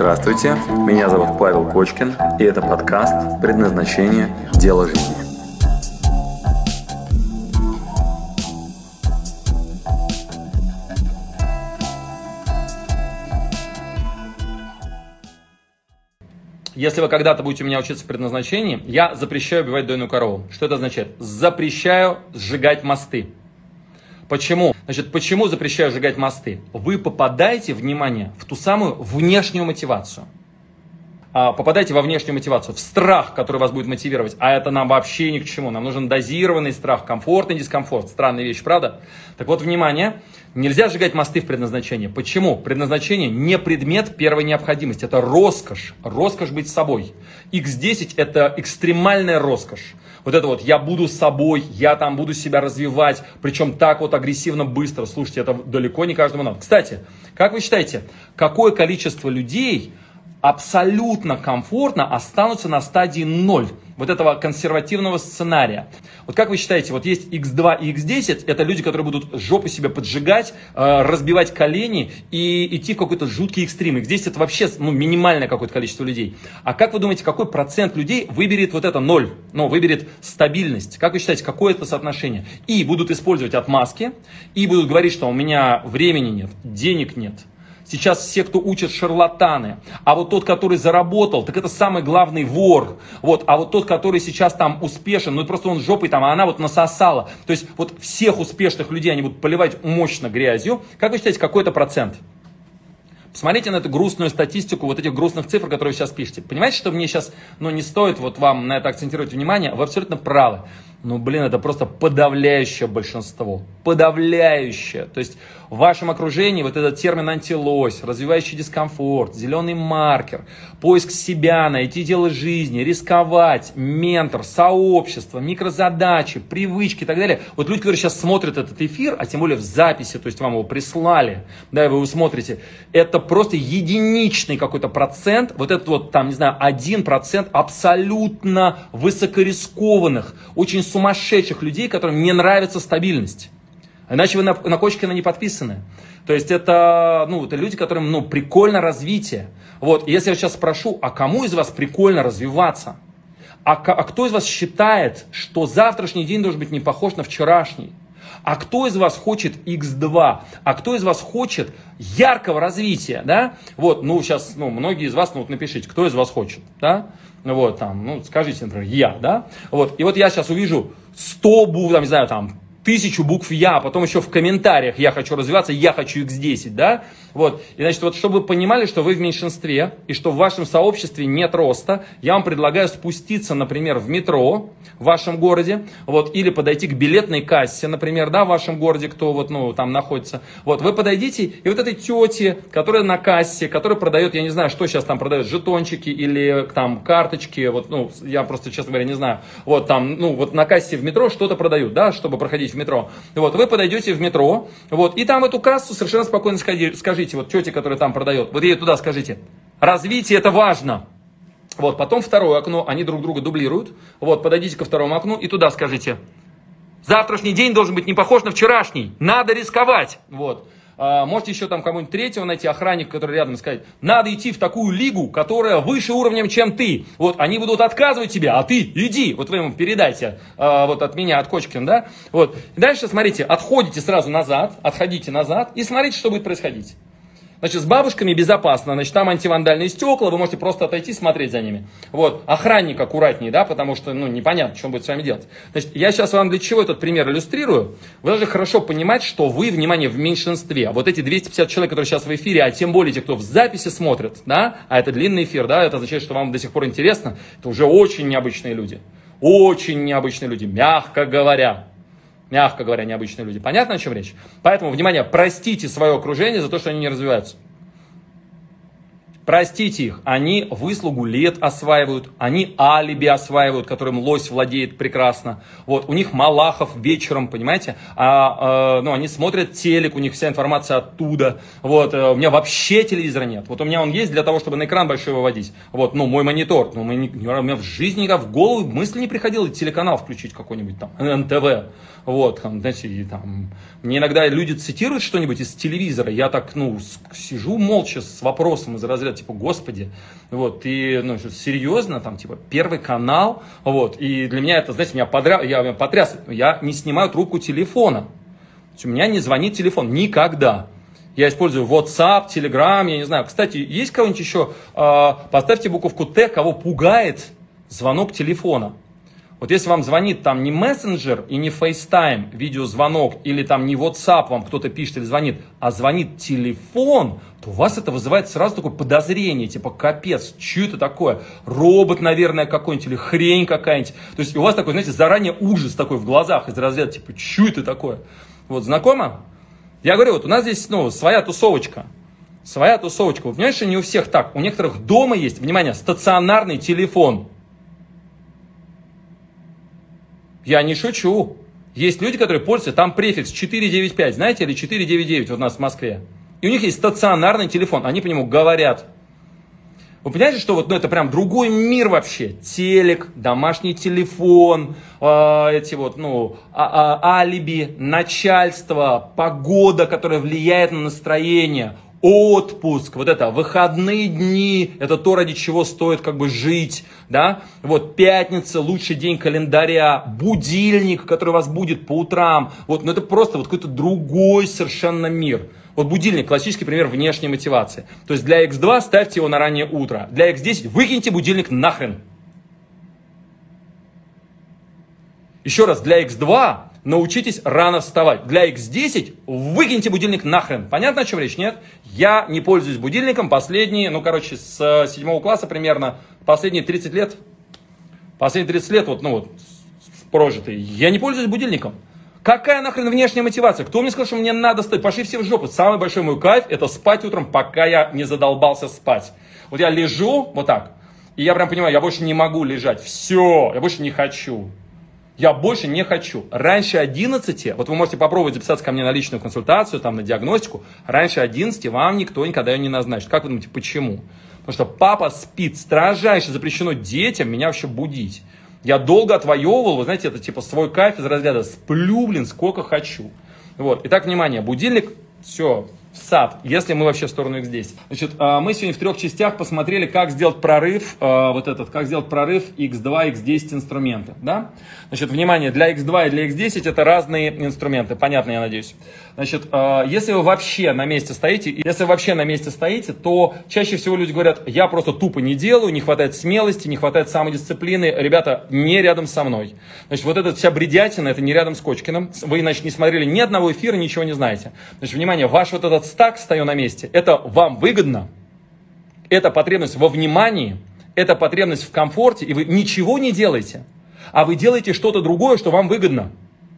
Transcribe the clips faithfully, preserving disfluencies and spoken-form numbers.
Здравствуйте, меня зовут Павел Кочкин, и это подкаст «Предназначение. Дело жизни». Если вы когда-то будете у меня учиться в предназначении, я запрещаю убивать дойную корову. Что это означает? Запрещаю сжигать мосты. Почему? Значит, почему запрещаю сжигать мосты? Вы попадаете, внимание, в ту самую внешнюю мотивацию. А, попадаете во внешнюю мотивацию, в страх, который вас будет мотивировать. А это нам вообще ни к чему. Нам нужен дозированный страх, комфортный дискомфорт. Странная вещь, правда? Так вот, внимание, нельзя сжигать мосты в предназначении. Почему? Предназначение не предмет первой необходимости. Это роскошь. Роскошь быть собой. икс десять это экстремальная роскошь. Вот это вот, я буду собой, я там буду себя развивать, причем так вот агрессивно быстро. Слушайте, это далеко не каждому надо. Кстати, как вы считаете, какое количество людей абсолютно комфортно останутся на стадии ноль вот этого консервативного сценария? Вот как вы считаете, вот есть икс два и икс десять, это люди, которые будут жопу себе поджигать, э, разбивать колени и идти в какой-то жуткий экстрим. икс десять это вообще ну, минимальное какое-то количество людей. А как вы думаете, какой процент людей выберет вот это ноль, ну, выберет стабильность? Как вы считаете, какое это соотношение? И будут использовать отмазки, и будут говорить, что у меня времени нет, денег нет. Сейчас все, кто учат, шарлатаны. А вот тот, который заработал, так это самый главный вор. Вот. А вот тот, который сейчас там успешен, ну просто он жопой там, а она вот насосала. То есть вот всех успешных людей они будут поливать мощно грязью. Как вы считаете, какой это процент? Посмотрите на эту грустную статистику, вот этих грустных цифр, которые вы сейчас пишете. Понимаете, что мне сейчас ну, не стоит вот вам на это акцентировать внимание? Вы абсолютно правы. Ну, блин, это просто подавляющее большинство. Подавляющее. То есть в вашем окружении вот этот термин антилось, развивающий дискомфорт, зеленый маркер, поиск себя, найти дело жизни, рисковать, ментор, сообщество, микрозадачи, привычки и так далее. Вот люди, которые сейчас смотрят этот эфир, а тем более в записи, то есть вам его прислали, да, и вы его смотрите, это просто единичный какой-то процент, вот этот вот там, не знаю, один процент абсолютно высокорискованных, очень сумасшедших людей, которым не нравится стабильность. Иначе вы на, на Кочкина не подписаны. То есть это, ну, это люди, которым ну, прикольно развитие. Вот, и если я сейчас спрошу, а кому из вас прикольно развиваться? А, а кто из вас считает, что завтрашний день должен быть не похож на вчерашний? А кто из вас хочет икс два? А кто из вас хочет яркого развития? Да? Вот, ну, сейчас, ну, многие из вас, ну, вот напишите, кто из вас хочет, да? Вот, там, ну, скажите, например, я, да? Вот, и вот я сейчас увижу сто букв, там, не знаю, там, тысячу букв я, а потом еще в комментариях я хочу развиваться, я хочу икс десять, да? Вот, и значит, вот, чтобы вы понимали, что вы в меньшинстве, и что в вашем сообществе нет роста, я вам предлагаю спуститься, например, в метро в вашем городе, вот, или подойти к билетной кассе, например, да, в вашем городе, кто вот, ну, там находится, вот, вы подойдите, и вот этой тете, которая на кассе, которая продает, я не знаю, что сейчас там продает, жетончики или там карточки, вот, ну, я просто, честно говоря, не знаю, вот, там, ну, вот на кассе в метро что-то продают, да, чтобы проходить в метро, вот, вы подойдете в метро, вот, и там в эту кассу совершенно спокойно скажите, скажите, вот тете, которая там продает, вот ей туда скажите, развитие это важно. Вот, потом второе окно, они друг друга дублируют. Вот, подойдите ко второму окну и туда скажите, завтрашний день должен быть не похож на вчерашний, надо рисковать. Вот. А, можете еще там кому-нибудь третьего найти, охранника, который рядом, сказать, надо идти в такую лигу, которая выше уровнем, чем ты. Вот, они будут отказывать тебе, а ты иди. Вот вы ему передайте, а, вот от меня, от Кочкина, да. Вот. И дальше, смотрите, отходите сразу назад, отходите назад и смотрите, что будет происходить. Значит, с бабушками безопасно, значит, там антивандальные стекла, вы можете просто отойти, смотреть за ними. Вот, охранник аккуратнее, да, потому что, ну, непонятно, что он будет с вами делать. Значит, я сейчас вам для чего этот пример иллюстрирую? Вы должны хорошо понимать, что вы, внимание, в меньшинстве. Вот эти двести пятьдесят человек, которые сейчас в эфире, а тем более те, кто в записи смотрит, да, а это длинный эфир, да, это означает, что вам до сих пор интересно, это уже очень необычные люди. Очень необычные люди, мягко говоря. Мягко говоря, необычные люди. Понятно, о чем речь? Поэтому, внимание, простите свое окружение за то, что они не развиваются. Простите их, они выслугу лет осваивают, они алиби осваивают, которым лось владеет прекрасно. Вот, у них Малахов вечером, понимаете, а, а, ну, они смотрят телек, у них вся информация оттуда. Вот, у меня вообще телевизора нет. Вот у меня он есть для того, чтобы на экран большой выводить. Вот, ну, мой монитор. Ну, у меня в жизни никогда в голову мысль не приходила телеканал включить какой-нибудь там, эн тэ вэ. Вот, там, знаете, и, там, мне иногда люди цитируют что-нибудь из телевизора, я так, ну, сижу молча с вопросом из разряда, смотрят, типа, господи, вот, ты, ну, серьезно, там, типа, Первый канал, вот, и для меня это, знаете, меня, подря... я, меня потряс, я не снимаю трубку телефона, у меня не звонит телефон никогда. Я использую WhatsApp, Telegram, я не знаю. Кстати, есть кого-нибудь еще? Э, поставьте буковку Т, кого пугает звонок телефона. Вот если вам звонит там не мессенджер и не FaceTime, видеозвонок, или там не WhatsApp вам кто-то пишет или звонит, а звонит телефон, то у вас это вызывает сразу такое подозрение, типа, капец, что это такое? Робот, наверное, какой-нибудь, или хрень какая-нибудь. То есть у вас такой, знаете, заранее ужас такой в глазах из разряда, типа, что это такое? Вот, знакомо? Я говорю, вот у нас здесь, ну, своя тусовочка. Своя тусовочка. Вы понимаете, что не у всех так. У некоторых дома есть, внимание, стационарный телефон. Я не шучу. Есть люди, которые пользуются, там префикс четыре девять пять, знаете, или четыре девять девять вот у нас в Москве. И у них есть стационарный телефон, они по нему говорят. Вы понимаете, что вот, ну, это прям другой мир вообще. Телек, домашний телефон, э, эти вот, ну, а, а, алиби, начальство, погода, которая влияет на настроение, отпуск, вот это, выходные дни, это то, ради чего стоит как бы жить, да, вот пятница, лучший день календаря, будильник, который вас будет по утрам, вот, ну, это просто вот какой-то другой совершенно мир. Вот будильник, классический пример внешней мотивации. То есть для икс два ставьте его на раннее утро. Для икс десять выкиньте будильник нахрен. Еще раз, для икс два научитесь рано вставать. Для икс десять выкиньте будильник нахрен. Понятно, о чем речь? Нет? Я не пользуюсь будильником последние, ну, короче, с седьмого класса примерно, последние тридцать лет. Последние тридцать лет, вот, ну, вот, прожитые. Я не пользуюсь будильником. Какая нахрен внешняя мотивация? Кто мне сказал, что мне надо спать? Пошли все в жопу. Самый большой мой кайф – это спать утром, пока я не задолбался спать. Вот я лежу вот так, и я прям понимаю, я больше не могу лежать. Все, я больше не хочу. Я больше не хочу. Раньше одиннадцати, вот вы можете попробовать записаться ко мне на личную консультацию, там, на диагностику. Раньше одиннадцати вам никто никогда ее не назначит. Как вы думаете, почему? Потому что папа спит. Строжайше запрещено детям меня вообще будить. Я долго отвоевывал, вы знаете, это типа свой кайф из разряда сплю, блин, сколько хочу. Вот. Итак, внимание, будильник, все, в сад, если мы вообще в сторону икс десять. Значит, мы сегодня в трех частях посмотрели, как сделать прорыв, вот этот, как сделать прорыв икс два, икс десять инструменты, да? Значит, внимание, для икс два и для икс десять это разные инструменты, понятно, я надеюсь. Значит, если вы вообще на месте стоите, если вы вообще на месте стоите, то чаще всего люди говорят, я просто тупо не делаю, не хватает смелости, не хватает самодисциплины, ребята, не рядом со мной. Значит, вот эта вся бредятина, это не рядом с Кочкиным, вы, иначе, не смотрели ни одного эфира, ничего не знаете. Значит, внимание, ваш вот этот стак, стою на месте, это вам выгодно, это потребность во внимании, это потребность в комфорте, и вы ничего не делаете, а вы делаете что-то другое, что вам выгодно.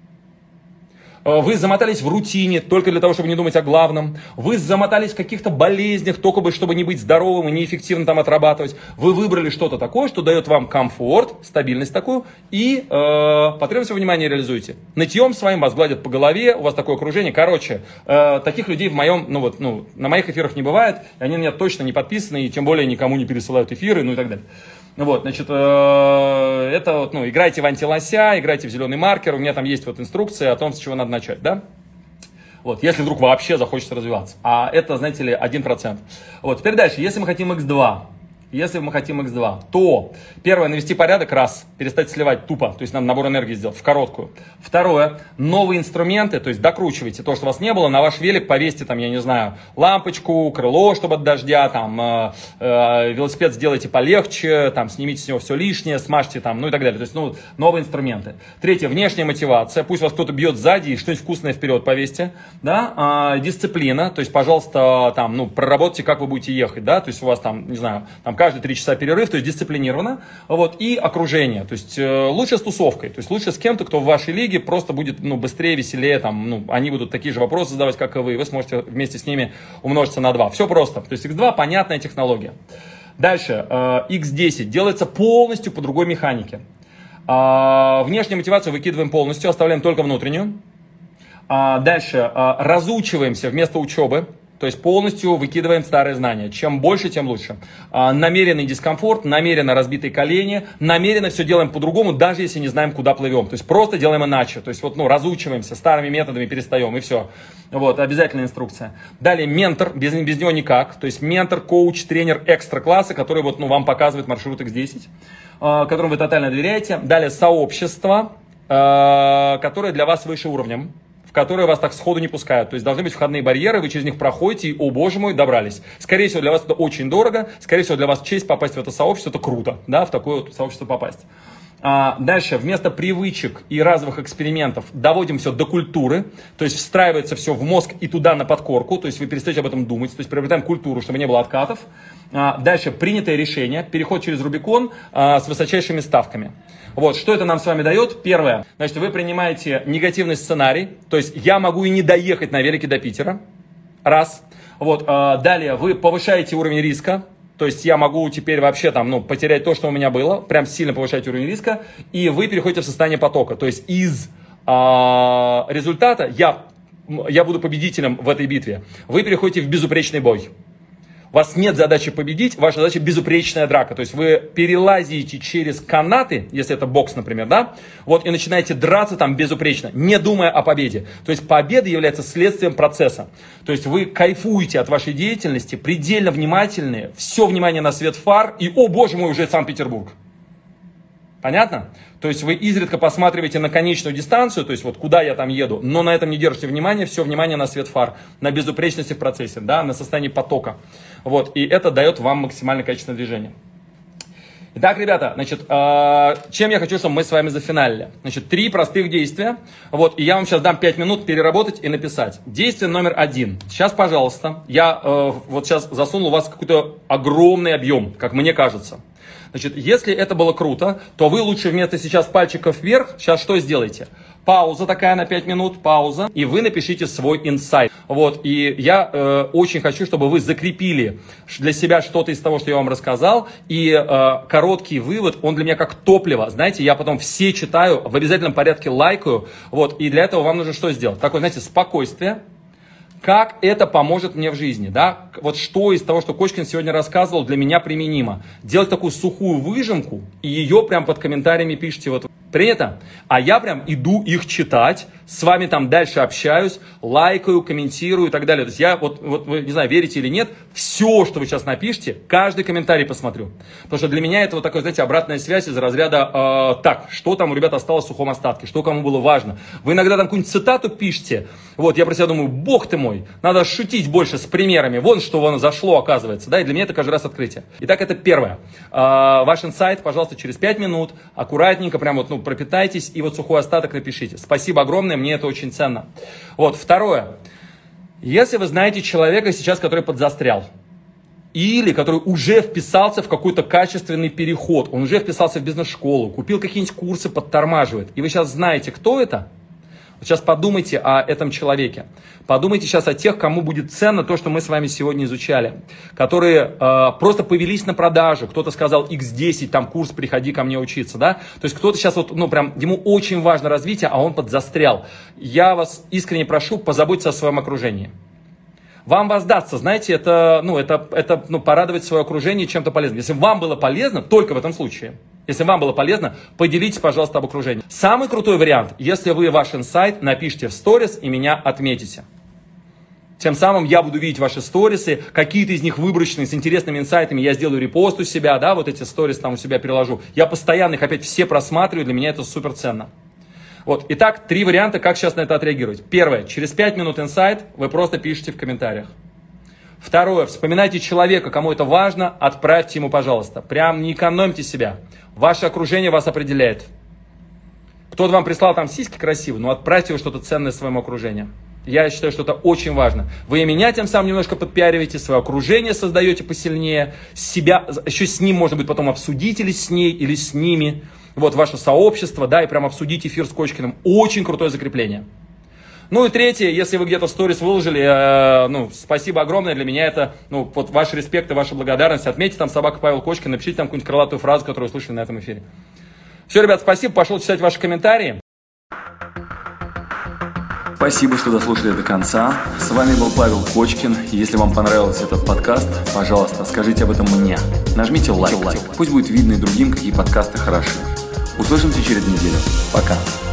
Вы замотались в рутине только для того, чтобы не думать о главном. Вы замотались в каких-то болезнях, только бы, чтобы не быть здоровым и неэффективно там отрабатывать. Вы выбрали что-то такое, что дает вам комфорт, стабильность такую, и э, потребность во внимании реализуете. Нытьем своим вас гладят по голове, у вас такое окружение. Короче, э, таких людей в моем, ну вот, ну, на моих эфирах не бывает, они на меня точно не подписаны, и тем более никому не пересылают эфиры, ну и так далее. Вот, значит, э, это вот, ну, играйте в антилося, играйте в зеленый маркер, у меня там есть вот инструкция о том, с чего надо начать, да? Вот, если вдруг вообще захочется развиваться. А это, знаете ли, один процент. Вот, теперь дальше, если мы хотим икс два, если мы хотим икс два, то первое, навести порядок, раз, перестать сливать тупо, то есть нам набор энергии сделать в короткую. Второе, новые инструменты, то есть докручивайте то, что у вас не было, на ваш велик повесьте там, я не знаю, лампочку, крыло, чтобы от дождя, там, э, э, велосипед сделайте полегче, там, снимите с него все лишнее, смажьте там, ну и так далее. То есть, ну, новые инструменты. Третье, внешняя мотивация, пусть вас кто-то бьет сзади и что-нибудь вкусное вперед повесьте, да, э, дисциплина, то есть, пожалуйста, там, ну, проработайте, как вы будете ехать, да, то есть, у вас там, не знаю, там, каждые три часа перерыв, то есть дисциплинированно, вот, и окружение, то есть э, лучше с тусовкой, то есть лучше с кем-то, кто в вашей лиге просто будет, ну, быстрее, веселее, там, ну, они будут такие же вопросы задавать, как и вы, вы сможете вместе с ними умножиться на два. Все просто, то есть икс два понятная технология. Дальше, э, икс десять делается полностью по другой механике. Э, внешнюю мотивацию выкидываем полностью, оставляем только внутреннюю. Э, дальше, э, разучиваемся вместо учебы. То есть полностью выкидываем старые знания. Чем больше, тем лучше. А, намеренный дискомфорт, намеренно разбитые колени, намеренно все делаем по-другому, даже если не знаем, куда плывем. То есть просто делаем иначе. То есть вот, ну, разучиваемся, старыми методами перестаем, и все. Вот, обязательная инструкция. Далее ментор, без, без него никак. То есть ментор, коуч, тренер экстра-класса, который вот, ну, вам показывает маршрут икс десять, э, которому вы тотально доверяете. Далее сообщество, э, которое для вас выше уровнем, в которые вас так сходу не пускают. То есть должны быть входные барьеры, вы через них проходите и, о боже мой, добрались. Скорее всего, для вас это очень дорого, скорее всего, для вас честь попасть в это сообщество, это круто, да, в такое вот сообщество попасть. А дальше, вместо привычек и разовых экспериментов доводим все до культуры, то есть встраивается все в мозг и туда на подкорку, то есть вы перестаете об этом думать, то есть приобретаем культуру, чтобы не было откатов. А дальше, принятое решение, переход через Рубикон а, с высочайшими ставками. Вот, что это нам с вами дает? Первое, значит, вы принимаете негативный сценарий, то есть я могу и не доехать на велике до Питера, раз. Вот, а, далее, вы повышаете уровень риска, то есть я могу теперь вообще там, ну, потерять то, что у меня было, прям сильно повышаете уровень риска, и вы переходите в состояние потока, то есть из а, результата я, я буду победителем в этой битве, вы переходите в безупречный бой. У вас нет задачи победить, ваша задача безупречная драка. То есть вы перелазите через канаты, если это бокс, например, да, вот, и начинаете драться там безупречно, не думая о победе. То есть победа является следствием процесса. То есть вы кайфуете от вашей деятельности, предельно внимательные, все внимание на свет фар, и, о боже мой, уже Санкт-Петербург. Понятно? То есть вы изредка посматриваете на конечную дистанцию, то есть вот куда я там еду, но на этом не держите внимания, все внимание на свет фар, на безупречности в процессе, да, на состоянии потока. Вот, и это дает вам максимально качественное движение. Итак, ребята, значит, э, чем я хочу, чтобы мы с вами зафиналили? Значит, три простых действия. Вот, и я вам сейчас дам пять минут переработать и написать. Действие номер один. Сейчас, пожалуйста, я э, вот сейчас засунул у вас какой-то огромный объем, как мне кажется. Значит, если это было круто, то вы лучше вместо сейчас пальчиков вверх, сейчас что сделаете? Пауза такая на пять минут, пауза, и вы напишите свой инсайт. Вот, и я э, очень хочу, чтобы вы закрепили для себя что-то из того, что я вам рассказал, и э, короткий вывод, он для меня как топливо. Знаете, я потом все читаю, в обязательном порядке лайкаю, вот, и для этого вам нужно что сделать? Такое, знаете, спокойствие. Как это поможет мне в жизни, да? Вот что из того, что Кочкин сегодня рассказывал, для меня применимо. Делать такую сухую выжимку, и ее прям под комментариями пишите, вот, принято? А я прям иду их читать, с вами там дальше общаюсь, лайкаю, комментирую и так далее. То есть я, вот, вот вы, не знаю, верите или нет, все, что вы сейчас напишите, каждый комментарий посмотрю. Потому что для меня это вот такая, знаете, обратная связь из разряда, э, так, что там у ребят осталось в сухом остатке, что кому было важно. Вы иногда там какую-нибудь цитату пишете, вот, я про себя думаю, бог ты мой, надо шутить больше с примерами, вон что вон зашло, оказывается, да, и для меня это каждый раз открытие. Итак, это первое. Э, ваш инсайт, пожалуйста, через пять минут, аккуратненько, прям вот, ну, пропитайтесь, и вот сухой остаток напишите. Спасибо огромное, мне это очень ценно. Вот, второе. Если вы знаете человека сейчас, который подзастрял, или который уже вписался в какой-то качественный переход, он уже вписался в бизнес-школу, купил какие-нибудь курсы, подтормаживает, и вы сейчас знаете, кто это, вот сейчас подумайте о этом человеке. Подумайте сейчас о тех, кому будет ценно то, что мы с вами сегодня изучали. Которые э, просто повелись на продажу. Кто-то сказал икс десять, там курс, приходи ко мне учиться. Да? То есть кто-то сейчас, вот, ну прям, ему очень важно развитие, а он подзастрял. Я вас искренне прошу, позаботьтесь о своем окружении. Вам воздастся, знаете, это, ну, это, это ну, порадовать свое окружение чем-то полезным. Если вам было полезно, только в этом случае. Если вам было полезно, поделитесь, пожалуйста, об окружении. Самый крутой вариант, если вы ваш инсайт напишите в сторис и меня отметите. Тем самым я буду видеть ваши сторисы, какие-то из них выборочные, с интересными инсайтами, я сделаю репост у себя, да, вот эти сторис там у себя переложу. Я постоянно их опять все просматриваю, для меня это супер ценно. Вот, итак, три варианта, как сейчас на это отреагировать. Первое, через пять минут инсайт вы просто пишите в комментариях. Второе, вспоминайте человека, кому это важно, отправьте ему, пожалуйста. Прям не экономьте себя. Ваше окружение вас определяет. Кто-то вам прислал там сиськи красивые, но отправьте его что-то ценное своему окружению. Я считаю, что это очень важно. Вы и меня тем самым немножко подпиариваете, свое окружение создаете посильнее, себя, еще с ним, может быть, потом обсудить или с ней, или с ними. Вот ваше сообщество, да, и прям обсудить эфир с Кочкиным. Очень крутое закрепление. Ну и третье, если вы где-то в сторис выложили, э, ну, спасибо огромное, для меня это, ну, вот ваш респект и ваша благодарность. Отметьте там собака Павел Кочкин, напишите там какую-нибудь крылатую фразу, которую услышали на этом эфире. Все, ребят, спасибо, пошел читать ваши комментарии. Спасибо, что дослушали до конца. С вами был Павел Кочкин. Если вам понравился этот подкаст, пожалуйста, скажите об этом мне. Нажмите лайк. Пусть будет видно и другим, какие подкасты хороши. Услышимся через неделю. Пока.